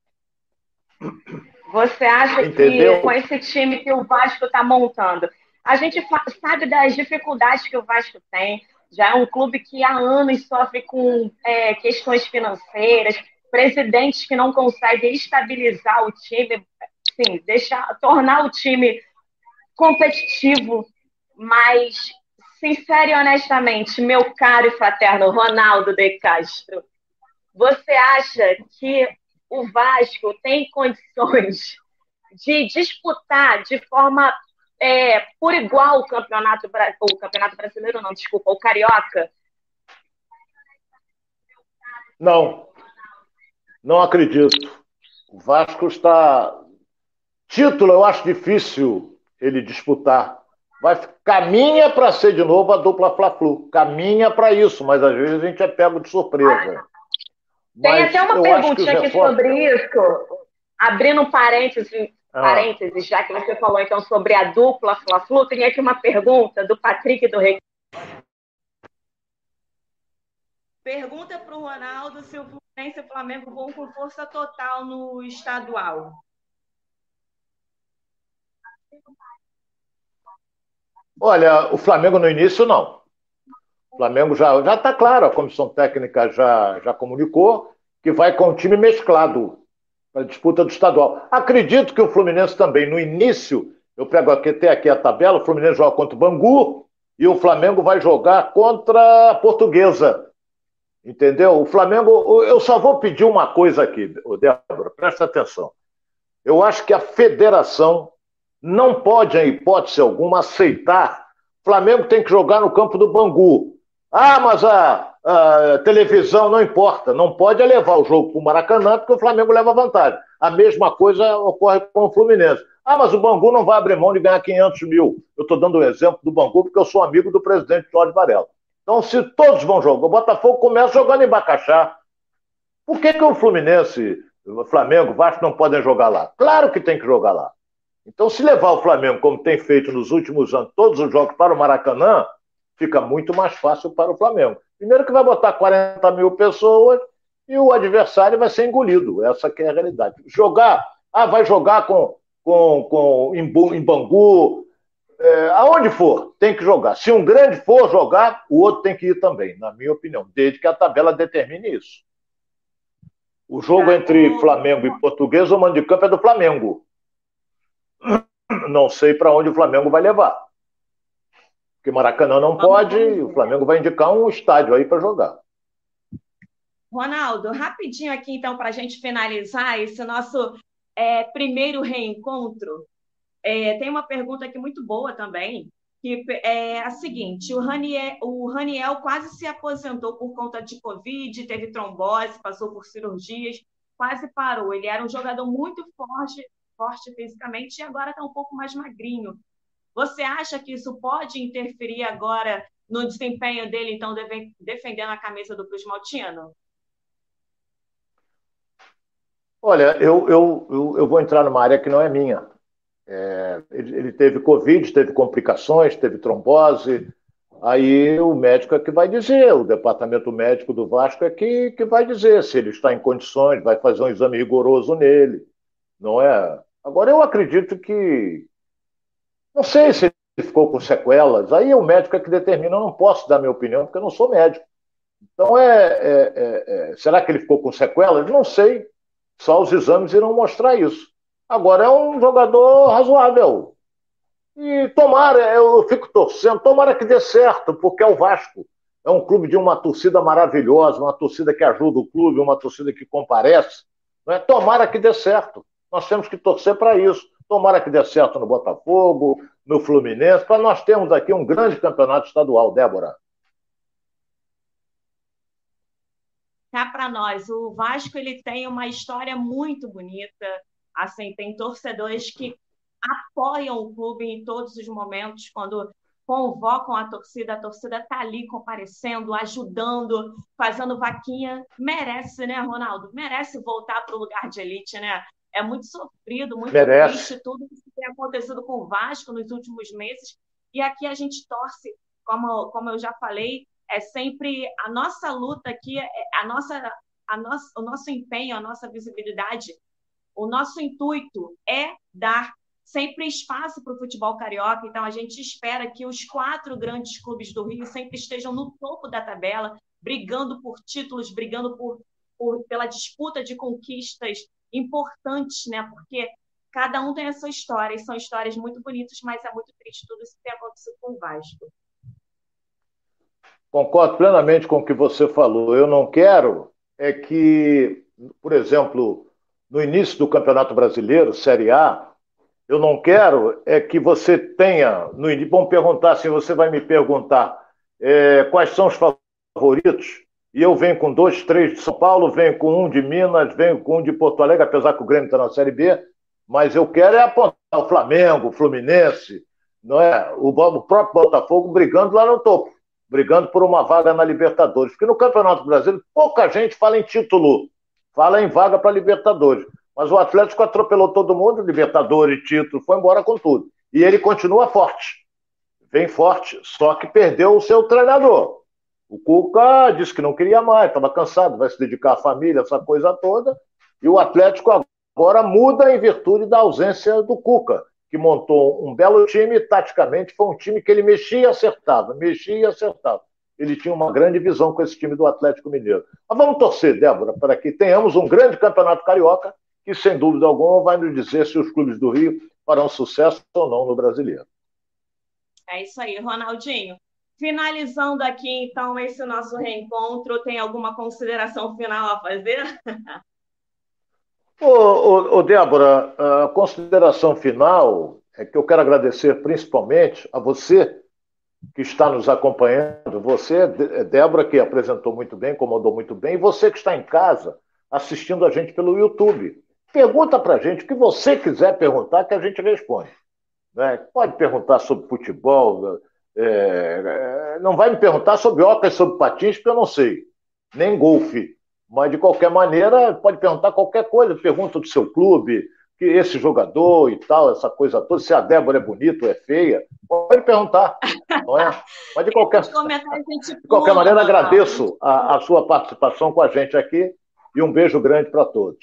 Você acha Entendeu? que com esse time que o Vasco está montando, a gente sabe das dificuldades que o Vasco tem, já é um clube que há anos sofre com é, questões financeiras, presidentes que não conseguem estabilizar o time, assim, deixar, tornar o time competitivo, mas, sincero e honestamente, meu caro e fraterno Ronaldo de Castro, você acha que o Vasco tem condições de disputar de forma É, por igual o campeonato, o campeonato brasileiro, não, desculpa, o Carioca, Não, não acredito. O Vasco está. Título eu acho difícil ele disputar. Vai, caminha para ser de novo a dupla Fla-Flu. Caminha para isso, mas às vezes a gente é pego de surpresa. Tem até Mas uma eu acho que os perguntinha aqui reforços. sobre isso, abrindo um parênteses, Ah, parênteses, já que você falou então sobre a dupla Fla-Flu, tem aqui uma pergunta do Patrick do Rei. Pergunta para o Ronaldo se o Fluminense e o Flamengo vão com força total no estadual. olha, o Flamengo no início não. O Flamengo já já está claro, a comissão técnica já, já comunicou que vai com o time mesclado para a disputa do estadual. Acredito que o Fluminense também, no início, eu pego aqui, até aqui a tabela, o Fluminense joga contra o Bangu e o Flamengo vai jogar contra a Portuguesa. Entendeu? O Flamengo, eu só vou pedir uma coisa aqui, Débora, presta atenção. Eu acho que a federação não pode, em hipótese alguma, aceitar. O Flamengo tem que jogar no campo do Bangu. Ah, mas a, a televisão não importa. Não pode levar o jogo para o Maracanã, porque o Flamengo leva vantagem. A mesma coisa ocorre com o Fluminense. Ah, mas o Bangu não vai abrir mão de ganhar quinhentos mil. Eu estou dando o um exemplo do Bangu, porque eu sou amigo do presidente Jorge Varela. Então, se todos vão jogar, o Botafogo começa jogando em Bacaxá. Por que, que o Fluminense, o Flamengo, o Vasco não podem jogar lá? Claro que tem que jogar lá. Então, se levar o Flamengo, como tem feito nos últimos anos, todos os jogos para o Maracanã, fica muito mais fácil para o Flamengo. Primeiro que vai botar quarenta mil pessoas e o adversário vai ser engolido. Essa que é a realidade. Jogar, ah, vai jogar com, com, com, em, em Bangu, é, aonde for, tem que jogar. Se um grande for jogar, o outro tem que ir também, na minha opinião, desde que a tabela determine isso. O jogo entre Flamengo e Portuguesa, o mando de campo é do Flamengo. Não sei para onde o Flamengo vai levar. Porque Maracanã não pode, e o Flamengo vai indicar um estádio aí para jogar. Ronaldo, rapidinho aqui então para a gente finalizar esse nosso é, primeiro reencontro. É, tem uma pergunta aqui muito boa também, que é a seguinte: o Raniel, o Raniel quase se aposentou por conta de Covid, teve trombose, passou por cirurgias, quase parou. Ele era um jogador muito forte, forte fisicamente e agora está um pouco mais magrinho. Você acha que isso pode interferir agora no desempenho dele, então, deve, defendendo a camisa do Cruz Maltino? Olha, eu, eu, eu, eu vou entrar numa área que não é minha. É, ele, ele teve Covid, teve complicações, teve trombose. Aí o médico é que vai dizer, o departamento médico do Vasco é que, que vai dizer se ele está em condições, vai fazer um exame rigoroso nele, não é? Agora eu acredito que, não sei se ele ficou com sequelas, aí o médico é que determina, eu não posso dar minha opinião porque eu não sou médico. Então é, é, é, é será que ele ficou com sequelas? Não sei, só os exames irão mostrar isso. Agora é um jogador razoável. E tomara, eu fico torcendo, tomara que dê certo, porque é o Vasco. É um clube de uma torcida maravilhosa, uma torcida que ajuda o clube, uma torcida que comparece. Não é? Tomara que dê certo. Nós temos que torcer para isso. Tomara que dê certo no Botafogo, no Fluminense, para nós termos aqui um grande campeonato estadual, Débora. Cá para nós, o Vasco ele tem uma história muito bonita, assim, tem torcedores que apoiam o clube em todos os momentos, quando convocam a torcida, a torcida está ali comparecendo, ajudando, fazendo vaquinha, merece, né, Ronaldo? Merece voltar para o lugar de elite, né? É muito sofrido, muito merece. Triste tudo que tem acontecido com o Vasco nos últimos meses, e aqui a gente torce, como, como eu já falei, é sempre a nossa luta aqui, a nossa, a nossa, o nosso empenho, a nossa visibilidade, o nosso intuito é dar sempre espaço para o futebol carioca, então a gente espera que os quatro grandes clubes do Rio sempre estejam no topo da tabela, brigando por títulos, brigando por, por, pela disputa de conquistas importantes, né? Porque cada um tem a sua história, e são histórias muito bonitas, mas é muito triste tudo isso que tem acontecido com o Vasco. Concordo plenamente com o que você falou. Eu não quero é que, por exemplo, no início do Campeonato Brasileiro, Série A, eu não quero é que você tenha, no, vão perguntar assim, você vai me perguntar é, quais são os favoritos. e eu venho com dois, três de São Paulo, venho com um de Minas, venho com um de Porto Alegre, apesar que o Grêmio está na Série B, mas eu quero é apontar o Flamengo, o Fluminense, não é? o, o próprio Botafogo brigando lá no topo, brigando por uma vaga na Libertadores, porque no Campeonato Brasileiro pouca gente fala em título, fala em vaga para Libertadores, mas o Atlético atropelou todo mundo, Libertadores, título, foi embora com tudo, e ele continua forte, vem forte, só que perdeu o seu treinador. O Cuca disse que não queria mais, estava cansado, vai se dedicar à família, essa coisa toda. E o Atlético agora muda em virtude da ausência do Cuca, que montou um belo time e, taticamente, foi um time que ele mexia e acertava, mexia e acertava. Ele tinha uma grande visão com esse time do Atlético Mineiro. Mas vamos torcer, Débora, para que tenhamos um grande campeonato carioca, que, sem dúvida alguma, vai nos dizer se os clubes do Rio farão sucesso ou não no brasileiro. É isso aí, Ronaldinho. Finalizando aqui, então, esse nosso reencontro, tem alguma consideração final a fazer? Ô, ô, ô, Débora, a consideração final é que eu quero agradecer principalmente a você que está nos acompanhando, você, Débora, que apresentou muito bem, comandou muito bem, e você que está em casa assistindo a gente pelo YouTube. Pergunta para a gente o que você quiser perguntar que a gente responde. Né? Pode perguntar sobre futebol, é, é, não vai me perguntar sobre ópera e sobre patins, porque eu não sei, nem golfe. Mas, de qualquer maneira, pode perguntar qualquer coisa. Pergunta do seu clube, que esse jogador e tal, essa coisa toda, se a Débora é bonita ou é feia. Pode perguntar, não é? Mas, de qualquer, de qualquer maneira, agradeço a, a sua participação com a gente aqui e um beijo grande para todos.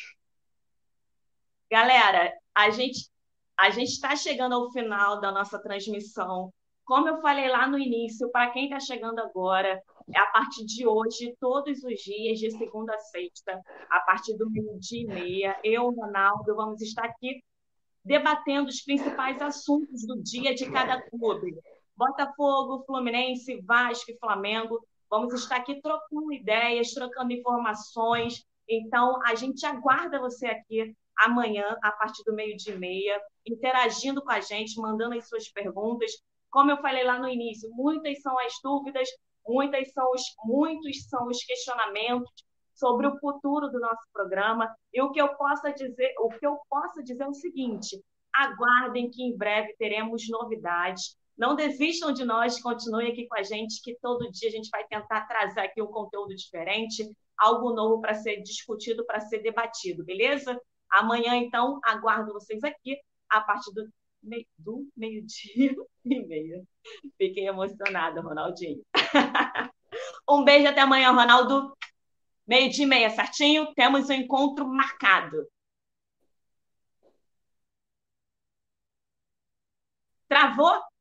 Galera, a gente a gente está chegando ao final da nossa transmissão. Como eu falei lá no início, para quem está chegando agora, é a partir de hoje, todos os dias, de segunda a sexta, a partir do meio-dia e meia, eu, Ronaldo, vamos estar aqui debatendo os principais assuntos do dia de cada clube. Botafogo, Fluminense, Vasco e Flamengo. Vamos estar aqui trocando ideias, trocando informações. Então, a gente aguarda você aqui amanhã, a partir do meio-dia e meia, interagindo com a gente, mandando as suas perguntas. Como eu falei lá no início, muitas são as dúvidas, muitas são os, muitos são os questionamentos sobre o futuro do nosso programa. E o que eu possa dizer, o que eu posso dizer é o seguinte: aguardem que em breve teremos novidades. Não desistam de nós, continuem aqui com a gente, que todo dia a gente vai tentar trazer aqui um conteúdo diferente, algo novo para ser discutido, para ser debatido, beleza? Amanhã, então, aguardo vocês aqui a partir do, meio, do meio-dia e meia. Fiquei emocionada, Ronaldinho. Um beijo, até amanhã, Ronaldo. Meio-dia e meia, certinho? Temos um encontro marcado. Travou?